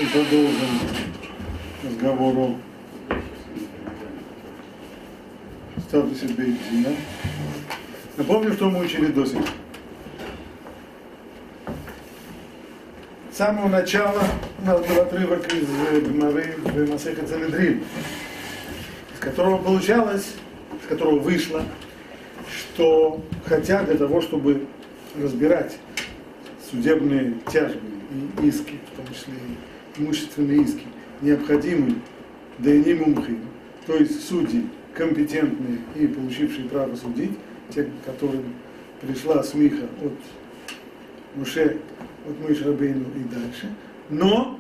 Продолжим разговор о статусе бейт-дина. Напомню, что мы учили до сих пор. С самого начала у нас был отрывок из Гемары в Масехет Санедрин, из которого получалось, из которого вышло, что хотя для того, чтобы разбирать судебные тяжбы и иски, в том числе и имущественные иски, необходимы дайни мумхи, то есть судьи, компетентные и получившие право судить, те, которым пришла смиха от Моше Рабейну и дальше, но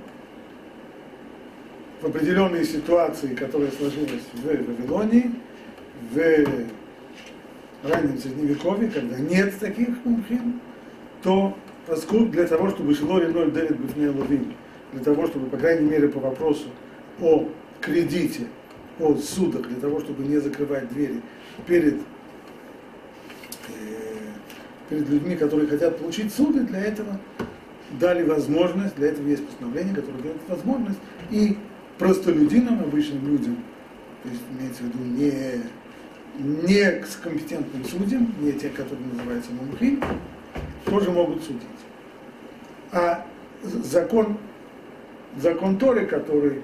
в определенной ситуации, которая сложилась в Вавилонии, в раннем Средневековье, когда нет таких мумхим, то поскольку для того, чтобы Шилори ноль делит бифней ловим, для того, чтобы, по крайней мере, по вопросу о кредите, о судах, для того, чтобы не закрывать двери перед людьми, которые хотят получить суды, для этого дали возможность, для этого есть постановление, которое дает возможность и простолюдинам, обычным людям, то есть имеется в виду не с компетентным судьям, не те, которые называются мумхим, тоже могут судить. А закон Торы, который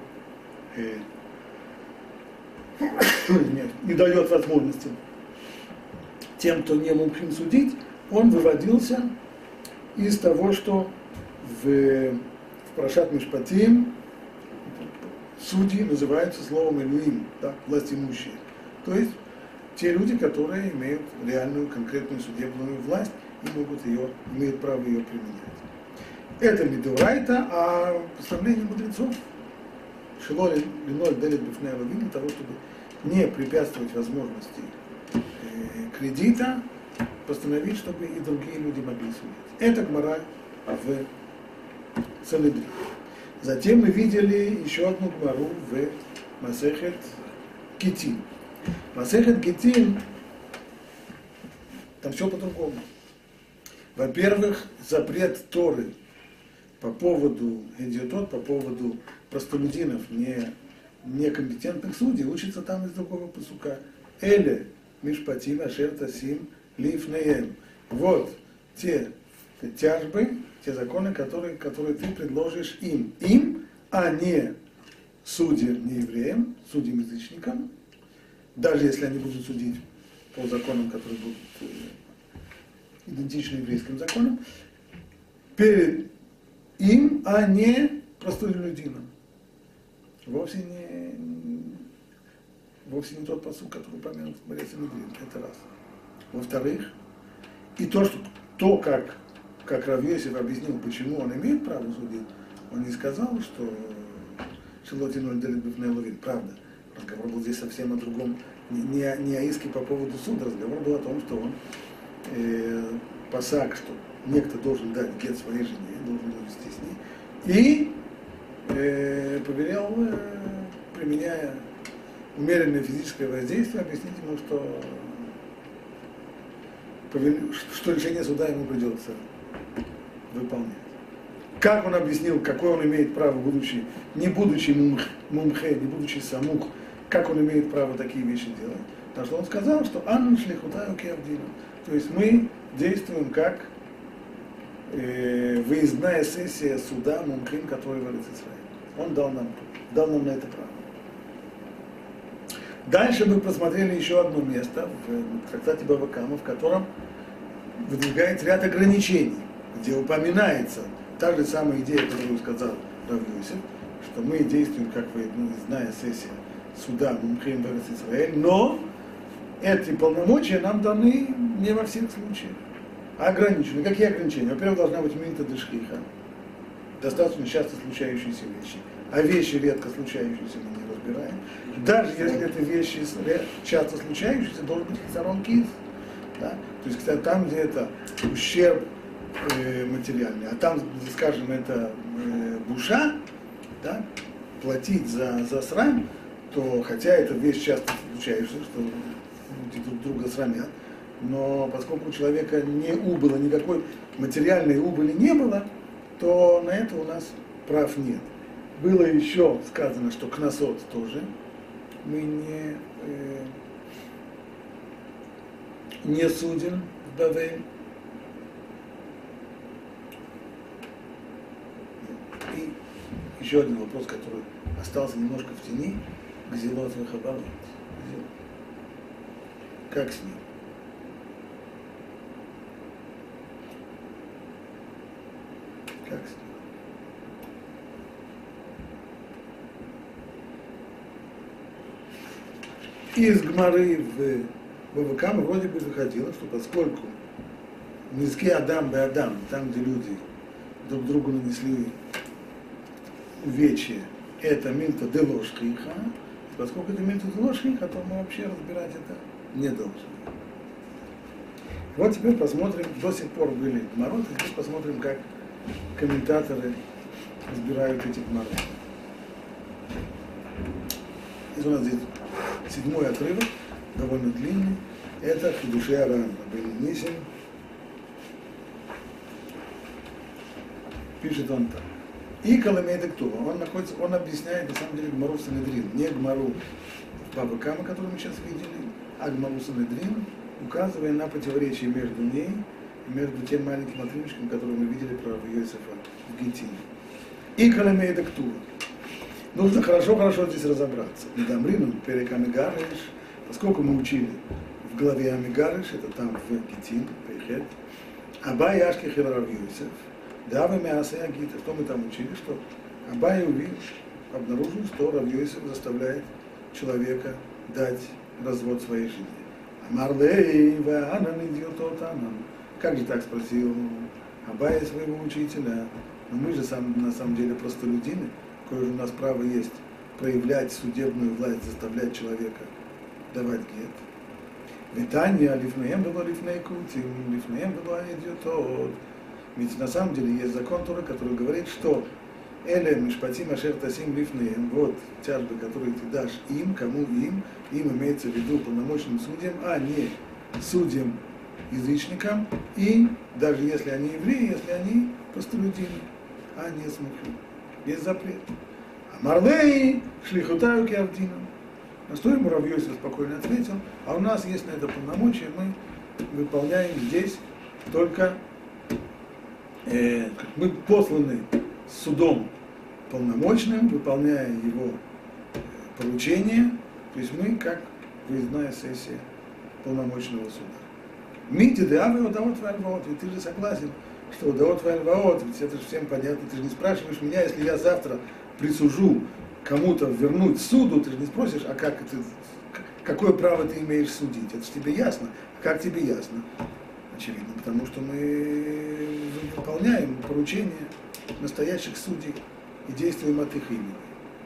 не дает возможности тем, кто не мумхим судить, он выводился из того, что в Парашат Мишпатим судьи называются словом Элюим, да, власть имущие. То есть те люди, которые имеют реальную, конкретную судебную власть и имеют право ее применять. Это Мидурайта, а постановление мудрецов Шило Линоль Делит Бифней Ловим для того, чтобы не препятствовать возможности кредита, постановить, чтобы и другие люди могли судить. Это Гмара в Санедрин. Затем мы видели еще одну Гмару в Масехет Гитин. Масехет Гитин, там все по-другому. Во-первых, запрет Торы по поводу идиотот, по поводу простолюдинов, некомпетентных судей, учится там из другого пасука. Эле мишпатим ашер тасим лифнеем. Вот те тяжбы, те законы, которые ты предложишь им, а не судьям, не евреям, судьям-язычникам, даже если они будут судить по законам, которые будут идентичны еврейским законам, перед им, а не простолюдинам. Вовсе не тот пасук, который упомянут в Гмаре Санедрин. Это раз. Во-вторых, и как Рав Йосеф объяснил, почему он имеет право судить, он не сказал, что Шилоти ноль делит бифней ловим. Правда, разговор был здесь совсем о другом, не о иске по поводу суда, разговор был о том, что он пасак, что некто должен дать гет своей жене, должен увести с ней, и повелел, применяя умеренное физическое воздействие, объяснить ему, что решение суда ему придется выполнять. Как он объяснил, какое он имеет право, не будучи мумхе, не будучи самух, как он имеет право такие вещи делать? Потому что он сказал, что Анну шлихутаю киавдину. То есть мы действуем как выездная сессия суда мумхим, который в Эрец-Исраэль. Он дал нам на это право. Дальше мы посмотрели еще одно место в трактате Бава Кама, в котором выдвигается ряд ограничений, где упоминается та же самая идея, которую сказал Рав Йосеф, что мы действуем как выездная сессия суда мумхим в Эрец-Исраэль, но эти полномочия нам даны не во всех случаях, а ограничены. Какие ограничения? Во-первых, должна быть мита дешхиха, достаточно часто случающиеся вещи, а вещи редко случающиеся мы не разбираем. Даже если это вещи часто случающиеся, должен быть хисарон кис. Да? То есть, кстати, там, где это ущерб материальный, а там, где, скажем, это буша, да, платить за срам, то, хотя это вещь часто случающаяся, что люди друг друга срамят, но поскольку у человека не убыло, никакой материальной убыли не было, то на это у нас прав нет. Было еще сказано, что кносот тоже мы не судим в Бавель. И еще один вопрос, который остался немножко в тени, гзелот вехабалот. Как с ним? Как с ним? Из Гмары в Бавакам вроде бы выходило, что поскольку в Низке Адам бе Адам, там, где люди друг другу нанесли увечье, это мильта дело шхиха, поскольку это мильта дело шхиха, то мы вообще разбирать это не должны. Вот теперь посмотрим, до сих пор были гмароты, теперь посмотрим, как комментаторы разбирают эти гмароты. У нас здесь 7-й отрывок, довольно длинный, это Хидушей Аран, Рабейну Нисим. Пишет он так. И Каламейда Ктува, он объясняет, на самом деле, Гмару Санедрин, не Гмару Баба Кама, которую мы сейчас видели, а Гмару Санедрин, указывая на противоречие между ней и между тем маленьким отрывочком, который мы видели про Рава Йосефа в Гитине. И Каламейда Ктува. Нужно хорошо здесь разобраться. Медамрину, перек Амигарыш, поскольку мы учили в главе Амигарыш, это там в Гитин, Пейхет, Абай Яшки Хил Рав Йосеф, Давы Мясы Агита, что мы там учили, что Абай обнаружил, что Рав Йосеф заставляет человека дать развод своей жене. Амарлей, Ваанан идиотот Анан. Как же так спросил Абай своего учителя? Но мы же на самом деле простолюдины. Какое же у нас право есть проявлять судебную власть, заставлять человека давать гет. Витания, лифнеем было лифней кутим, лифнеем было идиотот. Ведь на самом деле есть закон Торы, который говорит, что эле мишпатим ашер тасим лифнеем, вот тяжбы, которые ты дашь им, кому им имеется в виду полномочным судьям, а не судьям язычникам, и даже если они евреи, если они простолюдины, а не смухи. Есть запрет. А Марлей шлихутаю киавдинам. На что ему Рав Йосеф спокойно ответил, а у нас есть на это полномочия, мы выполняем здесь только, мы посланы судом полномочным, выполняя его поручение, то есть мы как выездная сессия полномочного суда. Мити деавы удаот вальваот, ведь ты же согласен, что удаот вальваот, ведь это же всем понятно, ты же не спрашиваешь меня, если я завтра присужу кому-то вернуть суду, ты же не спросишь, а как это, какое право ты имеешь судить, это же тебе ясно, а как тебе ясно? Очевидно, потому что мы выполняем поручения настоящих судей и действуем от их имени.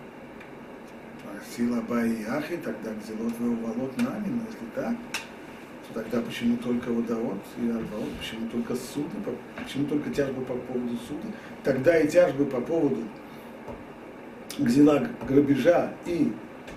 Сила Баи Ахи, тогда Гзелот Веувалот нами, но если так, то тогда почему только Удаот и Арбаот, почему только суды, почему только тяжбы по поводу суда, тогда и тяжбы по поводу гзела, грабежа и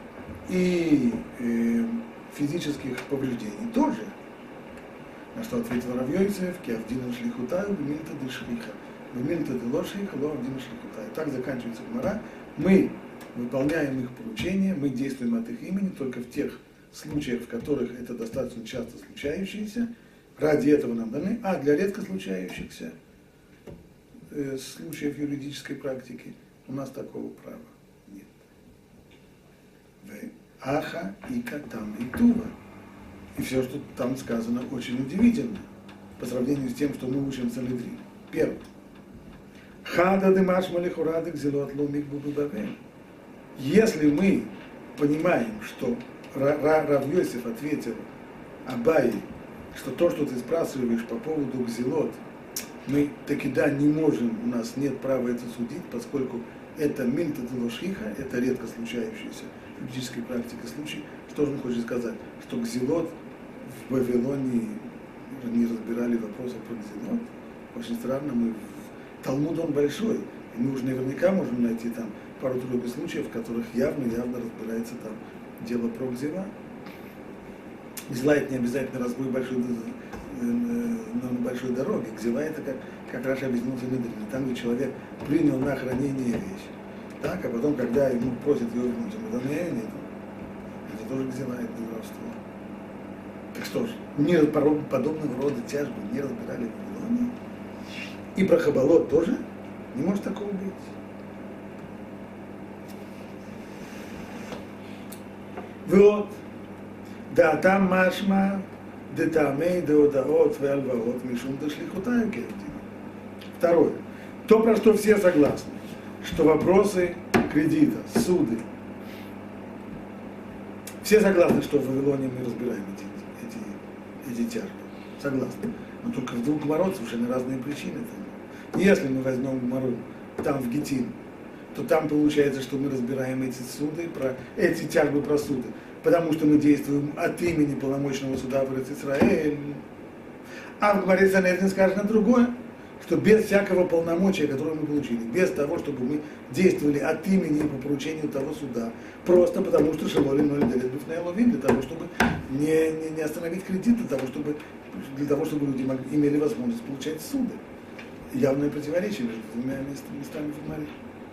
физических повреждений тоже. На что ответил Рав Йосеф, киавдина шлихутаю, бемильта де шлиха, бемильта де ло шлиха, ло авдина шлихутаю. Так заканчивается Гмара. Мы выполняем их поручения, мы действуем от их имени только в тех случаях, в которых это достаточно часто случающиеся, ради этого нам даны, а для редко случающихся случаев юридической практики у нас такого права нет. Аха, ика, там и тува. И все, что там сказано, очень удивительно по сравнению с тем, что мы учим в Санедрин. Первое. Хада дымаш малихурады гзелот лумик бубубавем. Если мы понимаем, что Рав Йосеф ответил Абай, что то, что ты спрашиваешь по поводу гзелот, мы таки да не можем, у нас нет права это судить, поскольку это мильта делошхиха, это редко случающийся в юридической практике случай. Что же он хочет сказать? Что гзелот в Вавилоне не разбирали вопросы про гзелот. Очень странно, Талмуд он большой, и мы уже наверняка можем найти там пару-тройку случаев, в которых явно разбирается там дело про гзела. Гзела это не обязательно разбой на большой дороге. Гзела это, как Раша объяснил в Санедрин, там, где человек принял на хранение вещь, Так, а потом, когда ему просят его вернуть, ему доверия нет. Это тоже взимает воровство. Так что ж, подобного рода тяжбы не разбирали в Вавилоне. И про Хабалот тоже не может такого быть. Вот, да, там машма, детамей, деодаот, веальваот, мишум, дешлихутаю кевдина. Второе. То, про что все согласны, что вопросы кредита, суды, все согласны, что в Вавилоне мы разбираем эти тяжбы. Согласны. Но только в двух гмарот совершенно разные причины. Если мы возьмем гмару там в Гитин, то там получается, что мы разбираем эти суды, эти тяжбы про суды, потому что мы действуем от имени полномочного суда в Эрец-Исраэль. А в Гмаре Санедрин сказано другое, что без всякого полномочия, которое мы получили, без того, чтобы мы действовали от имени и по поручению того суда, просто потому что Шелоли 0,9 бифнейловин, для того, чтобы не остановить кредит, для того, чтобы люди имели возможность получать суды. Явное противоречие между двумя местами в Гмаре.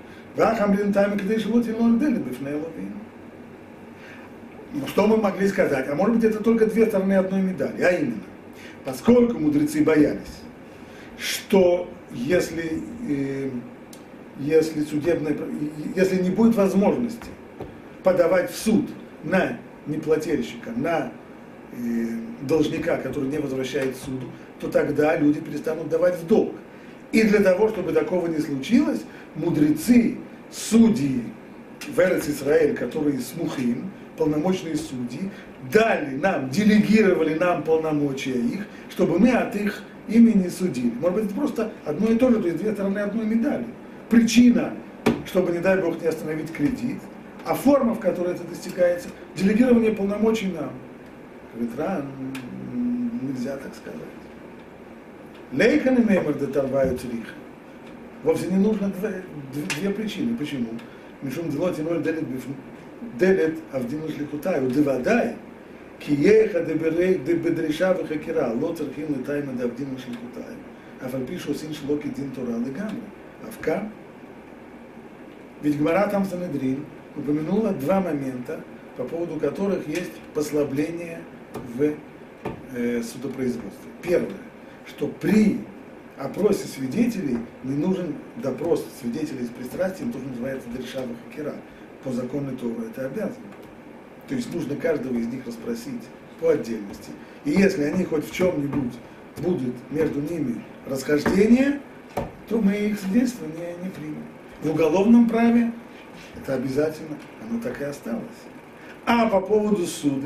Что мы могли сказать? А может быть, это только две стороны одной медали. А именно, поскольку мудрецы боялись, что если не будет возможности подавать в суд на неплательщика, на должника, который не возвращает суду, то тогда люди перестанут давать в долг. И для того, чтобы такого не случилось, мудрецы, судьи в Эрец-Исраэль, которые смухим, полномочные судьи, делегировали нам полномочия их, чтобы мы от их имени судили. Может быть, это просто одно и то же, то есть две стороны одной медали. Причина, чтобы, не дай Бог, не остановить кредит, а форма, в которой это достигается, делегирование полномочий нам. Говорит, нельзя так сказать. Лейхан и мемор детарвают рих. Вовсе не нужно две причины. Почему? Мишум делоти ноль делет авдину шлихутаю девадай киеха дебедреша вехакира ло цархим летайма давдину шлихутаю. Афальпишу син шлоки дин тора легамри. Авка. Ведь Гмара там Санедрин упомянула два момента, по поводу которых есть послабление в судопроизводстве. Первое, что при опросе свидетелей не нужен допрос свидетелей с пристрастием, то, что называется дреша вехакира. По закону Торы это обязано. То есть нужно каждого из них расспросить по отдельности. И если они хоть в чем-нибудь будет между ними расхождение, то мы их свидетельство не примем. В уголовном праве это обязательно, оно так и осталось. А по поводу суда,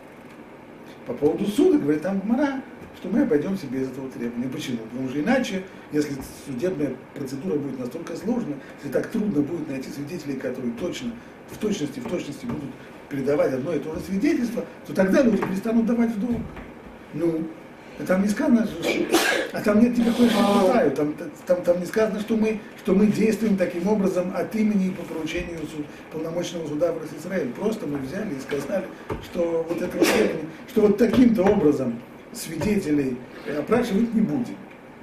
говорит там Гмара, что мы обойдемся без этого требования. Почему? Потому что иначе, если судебная процедура будет настолько сложная, если так трудно будет найти свидетелей, которые в точности будут передавать одно и то же свидетельство, то тогда люди перестанут давать в долг. Там не сказано, а там нет никакой шахтаю, там не сказано, что мы действуем таким образом от имени и по поручению полномочного суда в Израиле. Просто мы взяли и сказали, что вот этого времени, что вот таким-то образом свидетелей опрашивать не будем.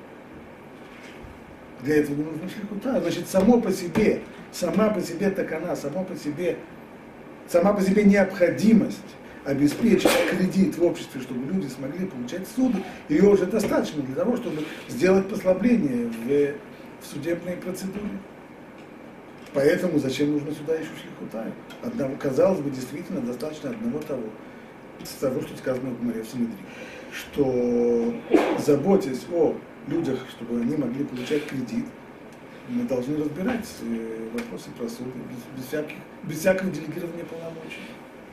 Для этого не нужно шлихута. Значит, сама по себе такана, сама по себе необходимость обеспечить кредит в обществе, чтобы люди смогли получать суды, ее уже достаточно для того, чтобы сделать послабление в судебной процедуре. Поэтому зачем нужно сюда еще шлихута? Казалось бы, действительно достаточно одного того, что сказано в Гмаре в Санедрин, что заботясь о людях, чтобы они могли получать кредит, мы должны разбирать вопросы про суды без всякого делегирования полномочий.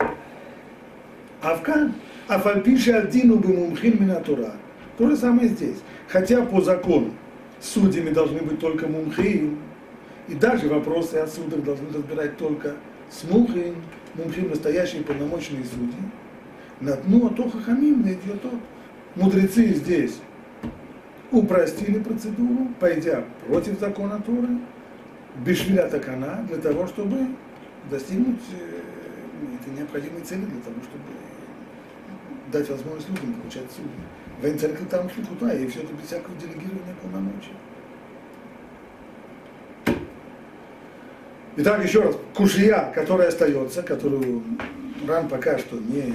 Афальпиша Адину бы мумхин минатура. То же самое здесь. Хотя по закону судьями должны быть только мумхин, и даже вопросы о судах должны разбирать только смухин, мумхин настоящие полномочные судьи. На дно то хахамим не идет тот. Мудрецы здесь упростили процедуру, пойдя против закона Торы, бешвиля такана, для того, чтобы достигнуть этой необходимой цели, для того, чтобы дать возможность людям получать суды. Военцарь там шлихута, и все это без всякого делегирования полномочий. Итак, еще раз, кушия, которая остается, которую Ран пока что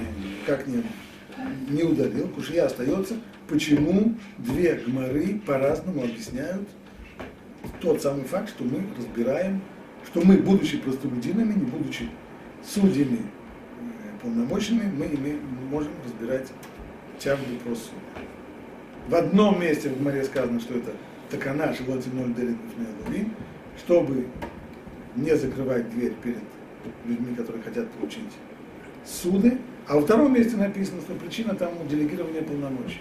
не удалил, кушия остается, почему две гмары по-разному объясняют тот самый факт, что мы разбираем, что мы, будучи простолюдинами, не будучи судьями полномочными, мы можем разбирать тяжбу про суд. В одном месте в Гмаре сказано, что это такана шелот ноль делит луви, чтобы не закрывать дверь перед людьми, которые хотят получить суды, а во втором месте написано, что причина там делегирования полномочий.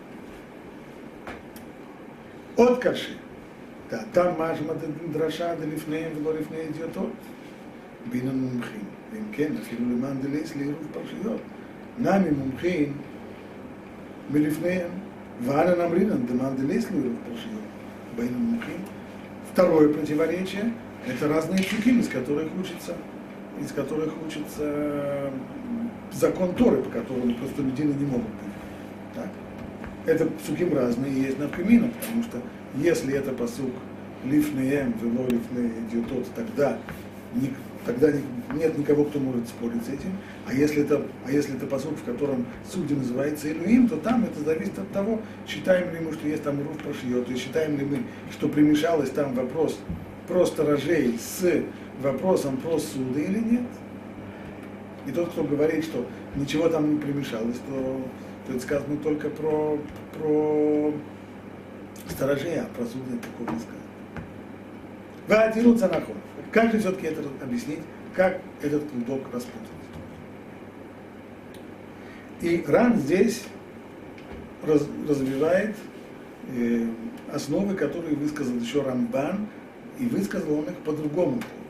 От каши. Да, там мажма драша делифнеем велорифнеем идиотот. Бинан мумхин. Вимкен, афилу лиман делейс лирув паршиот. Нами мумхин милифнеем. Валя намринан деман делейс лирув паршиот. Бинан мумхин. Второе противоречие – это разные псуким, из которых учится закон Торы, по которому простолюдины не могут быть. Так? Это псуким разные, и есть навкамина, потому что если это пасук лифнеем, вело лифне идиотот, тогда нет никого, кто может спорить с этим. А если это пасук, в котором судья называется Элюим, то там это зависит от того, считаем ли мы, что есть там руф прошьет, то есть считаем ли мы, что примешалось там вопрос про сторожей с вопросом про суды или нет. И тот, кто говорит, что ничего там не примешалось, то это сказано только про сторожей, а про суды такого не сказано. Ваатилуца нахон. Как же все-таки это объяснить, как этот клубок распутать? И Ран здесь развивает основы, которые высказал еще Рамбан, и высказал он их по другому поводу.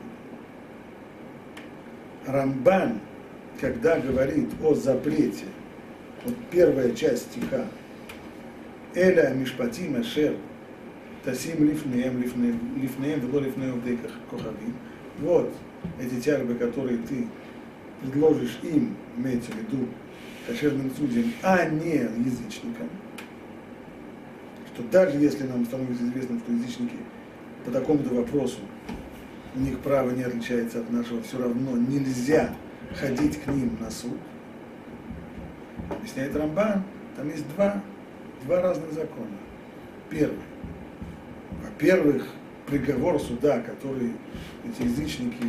Рамбан, когда говорит о запрете, вот первая часть стиха, «Эля мишпатим ашер тасим лифнеем вело лифнеем дейках кохавим». Вот эти тягбы, которые ты предложишь им, имеется в виду кошерным судьям, а не язычникам, что даже если нам становится известно, что язычники по такому-то вопросу у них право не отличается от нашего, все равно нельзя ходить к ним на суд. Объясняет Рамбан, там есть два разных закона. Первый. Во-первых, приговор суда, который эти язычники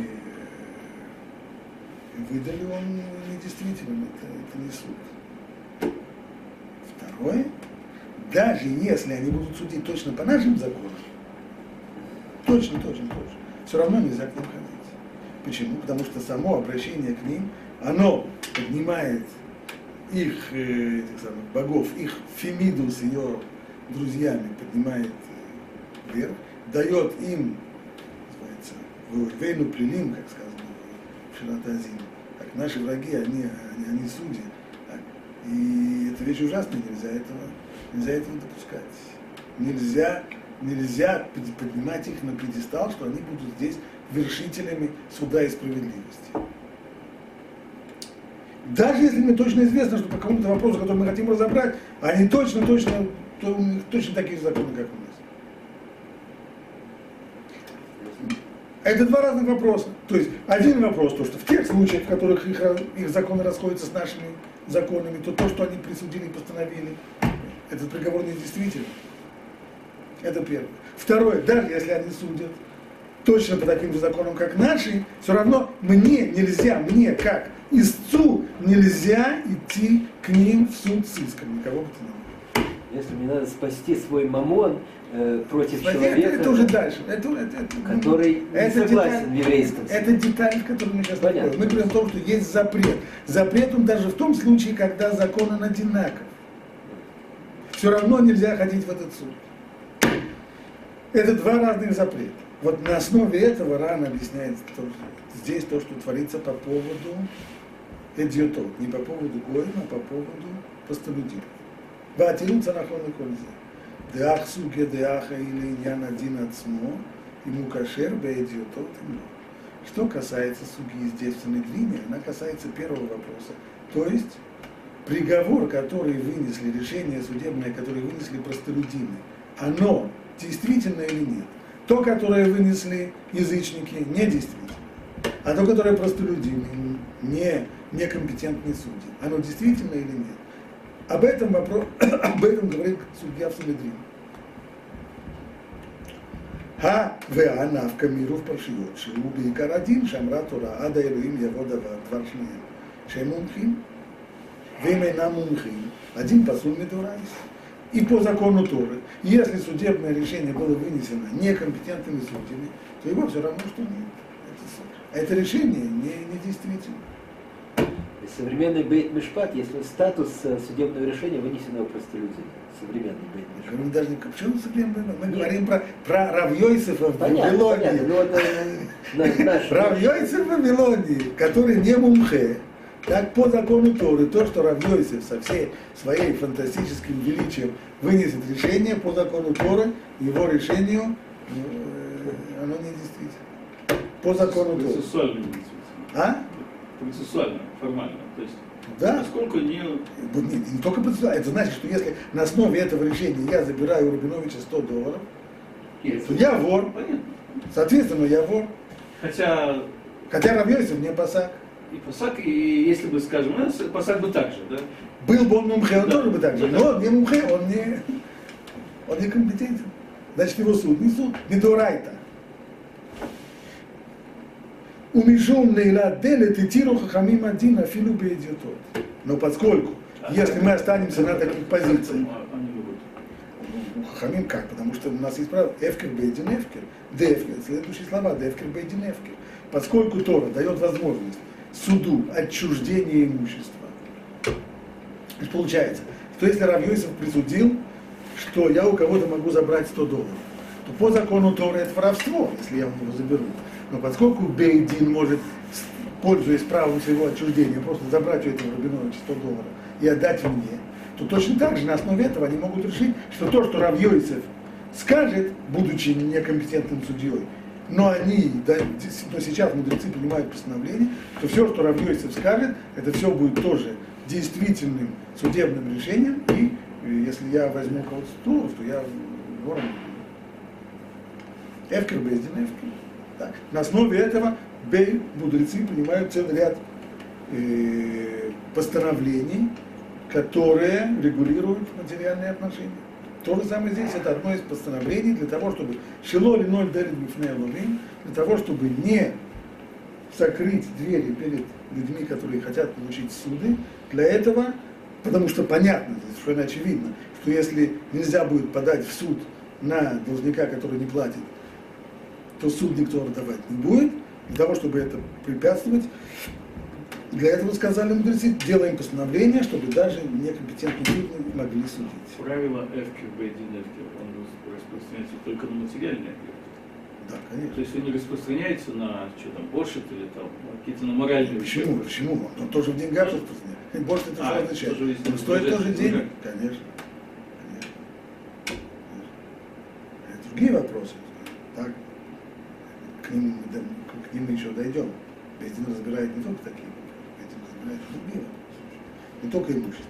выдали, он недействителен, это не суд. Второе, даже если они будут судить точно по нашим законам, точно, все равно нельзя к ним ходить. Почему? Потому что само обращение к ним, оно поднимает их, этих самых богов, их Фемиду с ее друзьями поднимает вверх, дает им, называется, вейну прилим, как сказано в Ширатазим, как наши враги, они судьи. Так? И это вещь ужасная, нельзя этого допускать. Нельзя поднимать их на пьедестал, что они будут здесь вершителями суда и справедливости. Даже если мне точно известно, что по какому-то вопросу, который мы хотим разобрать, они точно такие же законы, как у нас. Это два разных вопроса. То есть один вопрос, то, что в тех случаях, в которых их законы расходятся с нашими законами, то, что они присудили и постановили, этот приговор недействителен. Это первое. Второе, даже если они судят точно по таким же законам, как наши, все равно мне как истцу нельзя идти к ним в суд с иском, никого бы то ни было. Если мне надо спасти свой мамон против человека, это уже дальше. Который не согласен в еврейском. Это деталь, в которой мы сейчас находимся. Мы говорим о том, что есть запрет. Запрет он даже в том случае, когда закон он одинаков. Все равно нельзя ходить в этот суд. Это два разных запрета. Вот на основе этого Ран объясняет здесь то, что творится по поводу идиотов. Не по поводу гоем, а по поводу простолюдинов. Ваатилуца нахон и кользе. Деах суге деаха или иньян один ацмо, ему кашер бе идиотот имно. Что касается суги здесь в Санедрine, она касается первого вопроса. То есть приговор, который вынесли, решение судебное, которое вынесли простолюдины, оно действительно или нет? То, которое вынесли язычники, недействительно. А то, которое простолюдин, некомпетентный судьи. Оно действительно или нет? Об этом говорит судья в Санедрин. והענף כמירוב פרשיות, שהוא בעיקר הדין שאמרה תורה, עד האלוהים יבוא דבר שניהם, שהם мумхим, והם אינם мумхим, один пасуль медорайс. И по закону Торы, если судебное решение было вынесено некомпетентными судьями, то его все равно, что нет. Это решение не действительно. Современный бейт-мишпат, если статус судебного решения вынесенного простолюдина. Современный бейт-мишпат. Мы даже почему современный? Мы говорим про Рав Йосефа в Вавилонии. Рав Йосеф в Вавилонии, который не мумхе. Так по закону Торы, то, что Рав Йосеф со всей своей фантастическим величием вынесет решение по закону Торы, его решению, оно не действительно. По закону Торы. Процессуально. А? Процессуально, формально. То есть, да. Поскольку не только процессуально. Это значит, что если на основе этого решения я забираю у Рабиновича $100, то я вор. Понятно. Соответственно, я вор. Хотя Рав Йосеф не пасак. И пасак, и если бы, скажем, пасак бы так же, да? Был бы он мумхе, он да. тоже бы так же. Но он не мумхе, он не компетентен. Значит, его суд не суд, не дурайта. Умишум лейла делет и тиру хахамим один афилу беидиотот. Но поскольку, если мы останемся на таких позициях, хахамим как? Потому что у нас есть правило эфкер бейдин эфкер. Дефкер, следующие слова, дефкер бейдин эфкер. Поскольку Тора дает возможность суду отчуждения имущества. Получается, что если Рав Йосеф присудил, что я у кого-то могу забрать $100, то по закону Торы это воровство, если я у него заберу. Но поскольку Бейдин может, пользуясь правом своего отчуждения, просто забрать у этого Рабиновича $100 и отдать мне, то точно так же на основе этого они могут решить, что то, что Рав Йосеф скажет, будучи некомпетентным судьей, но сейчас мудрецы принимают постановление, что все, что Рав Йосеф скажет, это все будет тоже действительным судебным решением, и если я возьму кого-то $100, то я вором. Эфкер бейдин эфкер. Так. На основе этого мудрецы принимают целый ряд постановлений, которые регулируют материальные отношения. То же самое здесь, это одно из постановлений для того, чтобы шило ли ноль дерет бифней ловим, для того, чтобы не закрыть двери перед людьми, которые хотят получить суды. Для этого, потому что понятно, совершенно очевидно, что если нельзя будет подать в суд на должника, который не платит, то суд никто давать не будет. Для того, чтобы это препятствовать, для этого сказали мудрецы, делаем постановление, чтобы даже некомпетентные люди могли судить. Правило эфкер, бейдин эфкер, он распространяется только на материальные объекты. Да, конечно. То есть он не распространяется на что там, боршит или там, какие-то на моральные вещи. Почему? Он тоже в деньгах распространяется. И боршит это что означает? Он стоит тоже денег? Конечно. Это другие вопросы. Так, к ним мы еще дойдем. Бейдин разбирает не только такие вопросы, Бейдин разбирает другие вопросы. Не только имущество.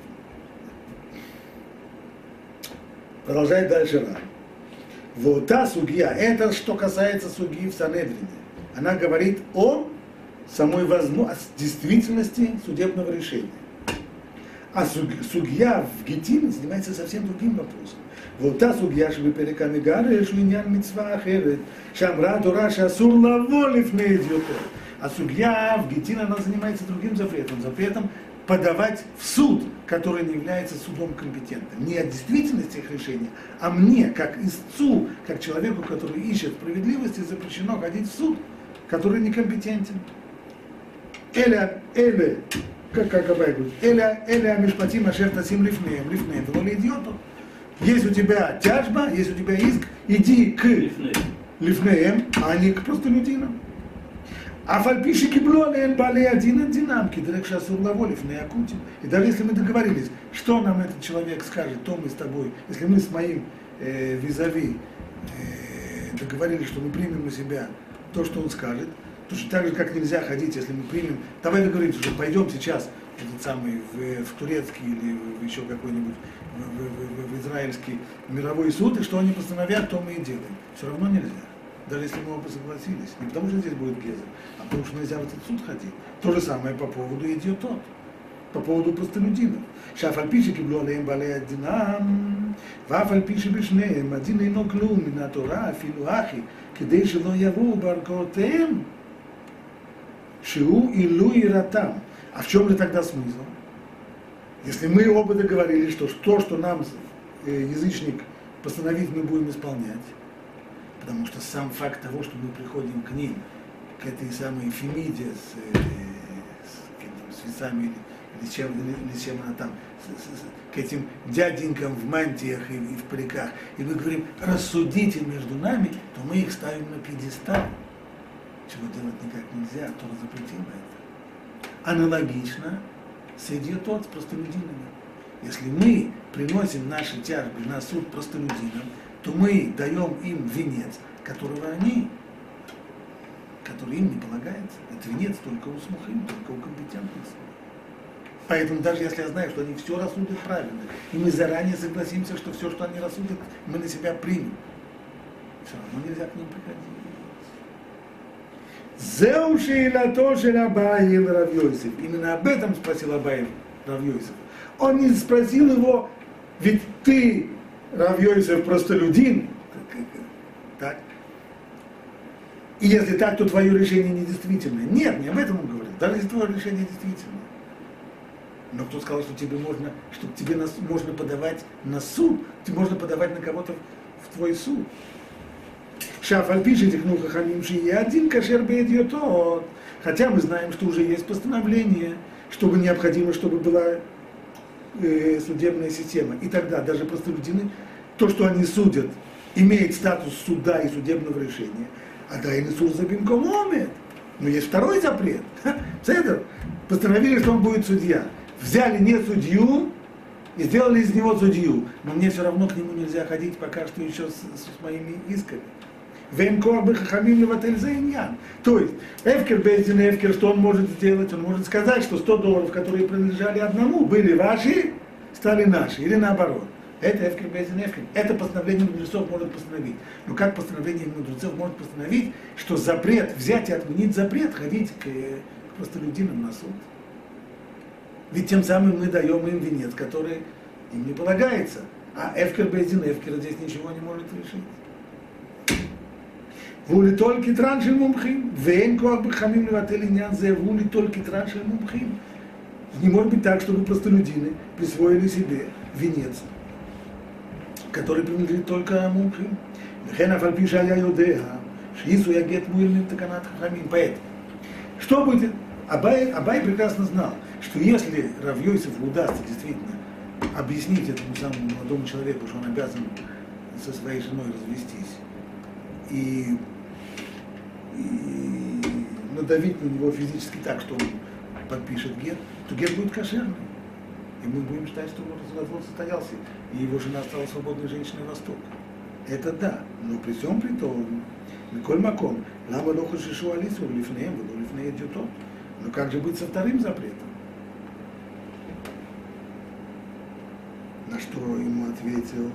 Продолжает дальше Рав. Вот та судья, это что касается судьи в Санедрине. Она говорит о самой действительности судебного решения. А судья в Гитине занимается совсем другим вопросом. Вот та судья, что вы переками гары, что иньян митцва ахерет, шамра дура шасур лаволив не идет. А судья в Гитине, она занимается другим запретом подавать в суд, который не является судом компетентным. Не о действительности их решения, а мне, как истцу, как человеку, который ищет справедливости, запрещено ходить в суд, который некомпетентен. Как Абай говорит, эля мишпатим ашер тасим лифнеем, вело ли идиоту. Есть у тебя тяжба, есть у тебя иск, иди к лифнеем, а не к простолюдинам. А фальпиши киблонен бали один динамки, дирек шасур лаволив на якутим. И даже если мы договорились, что нам этот человек скажет, то мы с тобой, если мы с моим визави договорились, что мы примем на себя то, что он скажет, точно так же, как нельзя ходить, если мы примем, давай договоримся, что пойдем сейчас в турецкий или в еще какой-нибудь в израильский мировой суд, и что они постановят, то мы и делаем. Все равно нельзя. даже если мы оба согласились. Не потому что здесь будет гезер, а потому что нельзя в этот суд ходить. То же самое по поводу идиотот, по поводу простолюдинов. שאף על פי שקיבלו עליהם בעלי הדינם, ואף על פי שבשניהם הדין אינו כלום מן התורה, אפילו אחי, כדי שלא יבואו בערכאותיהם, שהוא עילוי יראתם. А в чем же тогда смысл? Если мы оба договорились, что то, что нам язычник постановит, мы будем исполнять, потому что сам факт того, что мы приходим к ним, к этой самой Фемиде с весами или с чем она там, к этим дяденькам в мантиях и в париках, и мы говорим, рассудите между нами, то мы их ставим на пьедестал, чего делать никак нельзя, Тора запретила это. Аналогично с идиотот, с простолюдинами. Если мы приносим наши тяжбы на суд простолюдинам, то мы даем им венец, который им не полагается. Это венец только у смухим, только у компетентных. Поэтому даже если я знаю, что они все рассудят правильно, и мы заранее согласимся, что все, что они рассудят, мы на себя примем, все равно нельзя к ним приходить. Зеу шейлато шель Абай Рав Йосеф. Именно об этом спросил Абай Рав Йосеф. Он не спросил его, ведь ты, Рав Йосеф, простолюдин, так? И если так, то твое решение недействительное. Нет, не об этом он говорил. Даже если твое решение действительное. Но кто сказал, что тебе можно подавать на суд, тебе можно подавать на кого-то в твой суд. Шафаль пишет, один кашер бейдиотот. Хотя мы знаем, что уже есть постановление, чтобы необходимо, чтобы была судебная система. И тогда даже простолюдины, то, что они судят, имеет статус суда и судебного решения. А да и суд за бинкомомет. Но есть второй запрет. Цедр. Постановили, что он будет судья. Взяли не судью и сделали из него судью. Но мне все равно к нему нельзя ходить пока что еще с моими исками. То есть, Эфкер Бейздин Эфкер, что он может сделать? Он может сказать, что $100, которые принадлежали одному, были ваши, стали наши, или наоборот. Это Эфкер Бейздин Эфкер. Это постановление мудрецов может постановить. Но как постановление мудрецов может постановить, что запрет, взять и отменить запрет, ходить к простолюдинам на суд? Ведь тем самым мы даем им венец, который им не полагается. А Эфкер Бейздин Эфкер здесь ничего не может решить. Вули только транши мумхим, вен коах бхамим леватель иньян зе, вули только транши мумхим. Не может быть так, чтобы простолюдины присвоили себе венец, который принадлежит только мумхим. Вехен афальпи шая юдеа, шиису ягет муирмим таканат хахамим. Поэтому, что будет? Абай прекрасно знал, что если Рав Йосефу удастся действительно объяснить этому самому молодому человеку, что он обязан со своей женой развестись, и надавить на него физически так, что он подпишет гет, то гет будет кошерным. И мы будем считать, что развод состоялся, и его жена стала свободной женщиной Востока. Это да, но при всем при том, Миколь Маком, лама лоху шишу алису, лифнеем, лифнеем идиотот. Но как же быть со вторым запретом? На что ему ответил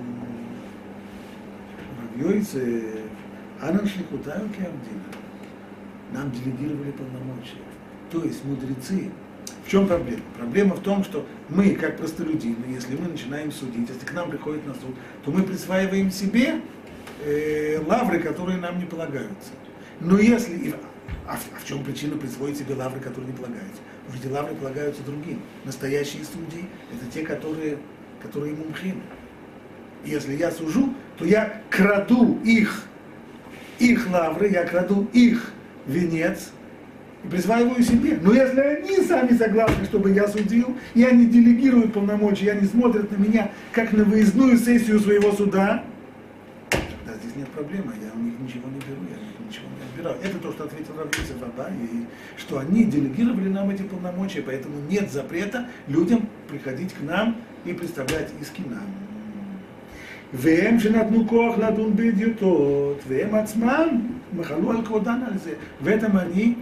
Рав Йосеф, Анан шлихутаю кеамдина. Нам делегировали полномочия. То есть мудрецы. В чем проблема? Проблема в том, что мы, как простолюдины, если мы начинаем судить, если к нам приходит на суд, то мы присваиваем себе лавры, которые нам не полагаются. Но если... А в чем причина присвоить себе лавры, которые не полагаются? Потому что эти лавры полагаются другим. Настоящие судьи – это те, которые мумхим. И если я сужу, то я краду их лавры, я краду их венец и присваиваю себе. Но если они сами согласны, чтобы я судил, и они делегируют полномочия, и они смотрят на меня, как на выездную сессию своего суда, тогда здесь нет проблемы, я у них ничего не беру, я у них ничего не отбираю. Это то, что ответил Рав Йосеф Абай, и что они делегировали нам эти полномочия, поэтому нет запрета людям приходить к нам и представлять иски нам. והם שנתנו כוח לדון באידיוטות, והם עצמם מחלו על כבודן על זה. ואתם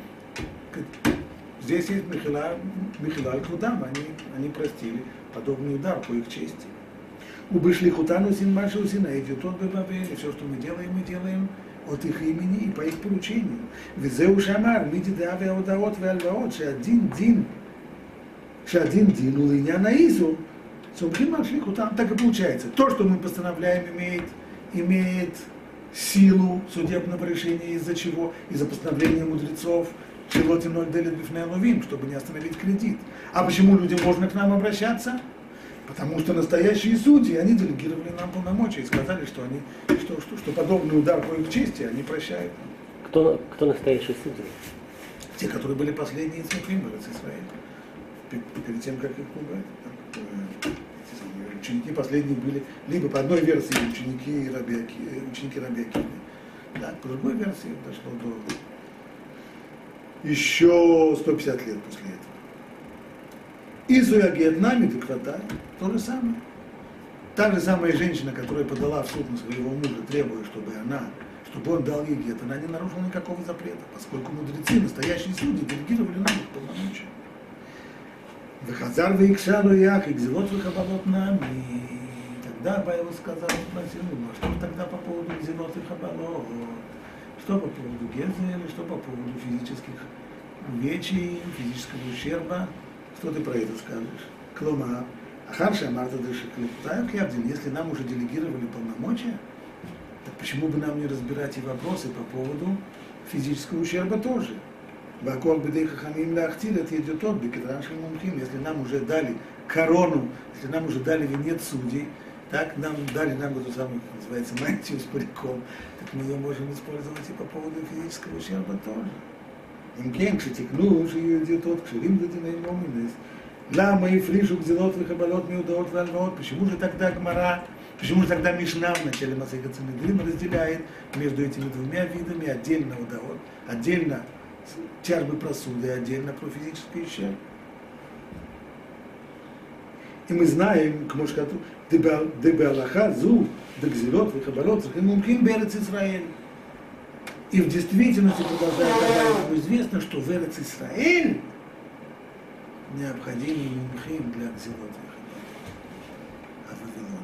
здесь есть михила על כבודם, они простили подобный удар по их чести. ובשליחותנו עושים מה שעושים, האידיוטות בבבל, все, что мы делаем от их имени и по их поручению. Везеу шамар, миди деави аудаот веальваот, шеадин дин улыня наизу, сумхим алшлиху, там так и получается. То, что мы постановляем, имеет силу судебного решения, из-за чего? Из-за постановления мудрецов, шилот и ноль делит бифней ловим, чтобы не остановить кредит. А почему людям можно к нам обращаться? Потому что настоящие судьи, они делегировали нам полномочия и сказали, что подобный удар по их чести они прощают. Кто настоящий судьи? Те, которые были последние царьми в Израиле. Перед тем, как их убрать. Ученики последние были либо по одной версии ученики Раби Акивы. Да, по другой версии дошло до еще 150 лет после этого. И Зуягет нами Деквата, то же самое. Та же самая женщина, которая подала в суд на своего мужа, требуя, чтобы он дал ей гет, она не нарушила никакого запрета, поскольку мудрецы, настоящие судьи, делегировали нам их полномочия. Выхазар вейкшану ях, и гзелот выхабалот нам. И тогда Байла сказал, спросил, ну а что тогда по поводу гзелот и хабалот? Что по поводу гезеля, что по поводу физических увечий, физического ущерба? Что ты про это скажешь? Клома, Ахарша Марта Дешиклептаев Ябдин, если нам уже делегировали полномочия, так почему бы нам не разбирать и вопросы по поводу физического ущерба тоже? Бакол бедейха хамим ляхтиль, это идет от бекедрашим мумхим, если нам уже дали корону, если нам уже дали венец судей, так дали нам эту самую, называется, мантию с париком, так мы ее можем использовать и по поводу физического ущерба тоже. Имкен, кшетикну, что идет от кшерим дадиной моминес. Лама и фришу гзелот выхабалот миудаот вальваот. Почему же тогда Гмара, почему же тогда Мишна в начале Масехет Санедрин разделяет между этими двумя видами отдельно удаот, отдельно тяжбы про суды, отдельно про физический ущерб? И мы знаем, к Мошкату, дебе Аллаха, зу, дегзелот выхабалот, захим мумхим берец Исраэль. И в действительности, продолжает Абай, известно, что в Эрец Исраэль необходимый мумхим для гзелот выхабалот. А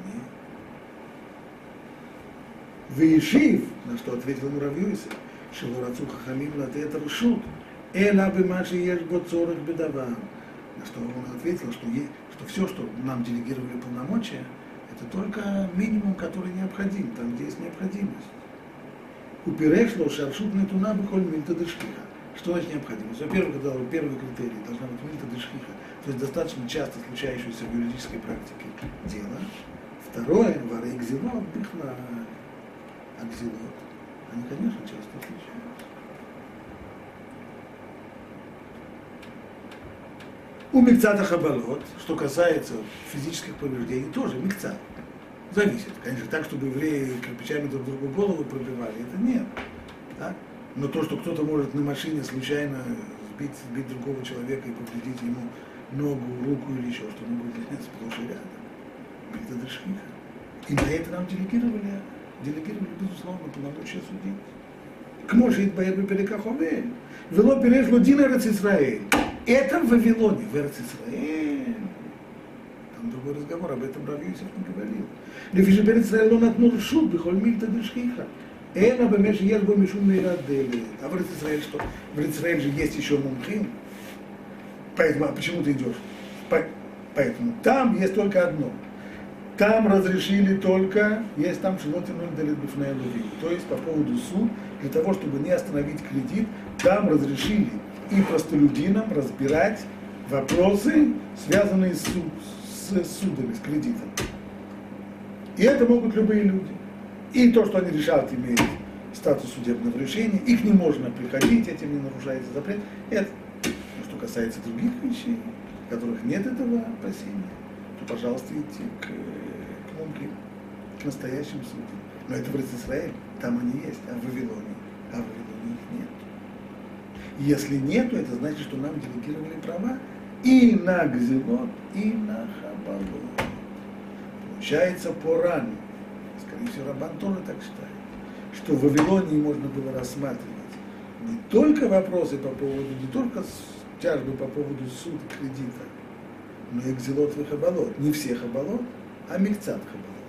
в Вавилоне Вишив, на что ответил ему Рав Йосеф, Шелорацу хахамим латет ршут, эла бемаши еш бо цорах бедава. На что он ответил, что все, что нам делегировали полномочия, это только минимум, который необходим, там, где есть необходимость. Уперешло шаршут нетуна бихоль мильта дешхиха. Что значит необходимость? Во-первых, это первый критерий, должна быть мильта дешхиха, то есть достаточно часто случающееся в юридической практике дело. Второе, вары гзелот, бихла акзелот. Они, конечно, часто случаются. У микцата хабалот, что касается физических повреждений, тоже микцат. Зависит. Конечно, так, чтобы евреи кирпичами друг другу голову пробивали, это нет. Так? Но то, что кто-то может на машине случайно сбить другого человека и повредить ему ногу, руку или еще что-нибудь, это сплошь и рядом. Это дешхиха. И на это нам делегировали, безусловно, полномочия судить. К Моше Баэбе Перекаховель. Вело перешло Дин Эрец Исраэль. Это в Вавилоне, в Эрец Исраэль. Там другой разговор, об этом Рав Йосеф не говорил. Лефише Эрец Исраэль он отнул шут, бихоль мильта дешхиха. Эна бэмеш еш бо мишум мейрад делит. А в Эрец Исраэль что? В Эрец Исраэль же есть еще мумхим. Поэтому, а почему ты идешь? Поэтому там есть только одно. Там разрешили только, есть там шилотин делит бифней ловим. То есть по поводу суд, для того, чтобы не остановить кредит, там разрешили и простолюдинам разбирать вопросы, связанные с судами, с кредитом. И это могут любые люди. И то, что они решают, имеет статус судебного решения, их не можно приходить, этим не нарушается запрет. Это, что касается других вещей, в которых нет этого опасения, то, пожалуйста, идти к мумхим, к настоящим судьям. Но это в Эрец Исраэль, там они есть, а в Вавилоне их нет. Если нет, то это значит, что нам делегировали права и на гзелот, и на хабалот. Получается по ране. Скорее всего, Раббан тоже так считает, что в Вавилоне можно было рассматривать не только вопросы по поводу, не только тяжбы по поводу суда кредита, но и гзелот и хабалот. Не все хабалот, а микцат хабалот.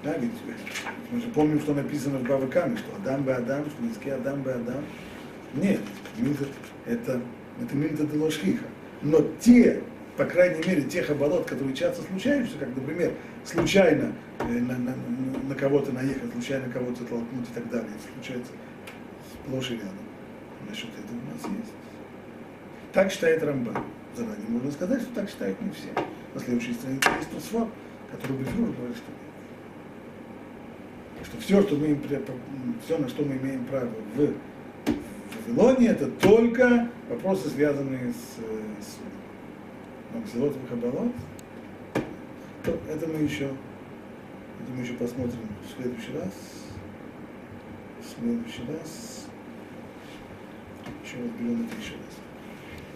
Да, ведь мы же помним, что написано в Бава Каме, что Адам бы Адам, что на языке Адам бы Адам. Нет, это мильта де лошхиха. Но те, по крайней мере, тех оборот, которые часто случаются, как, например, случайно на кого-то наехать, случайно кого-то толкнуть и так далее, это случается сплошь и рядом. Насчет этого у нас есть. Так считает Рамбам. Заранее можно сказать, что так считают не все. На следующей странице есть Тосфот, который Бефрур говорит, что нет. Что все, на что мы имеем право в Вавилоне, это только вопросы, связанные с Максилот и Хабалот. Это мы еще посмотрим в следующий раз. Еще разберем это еще раз.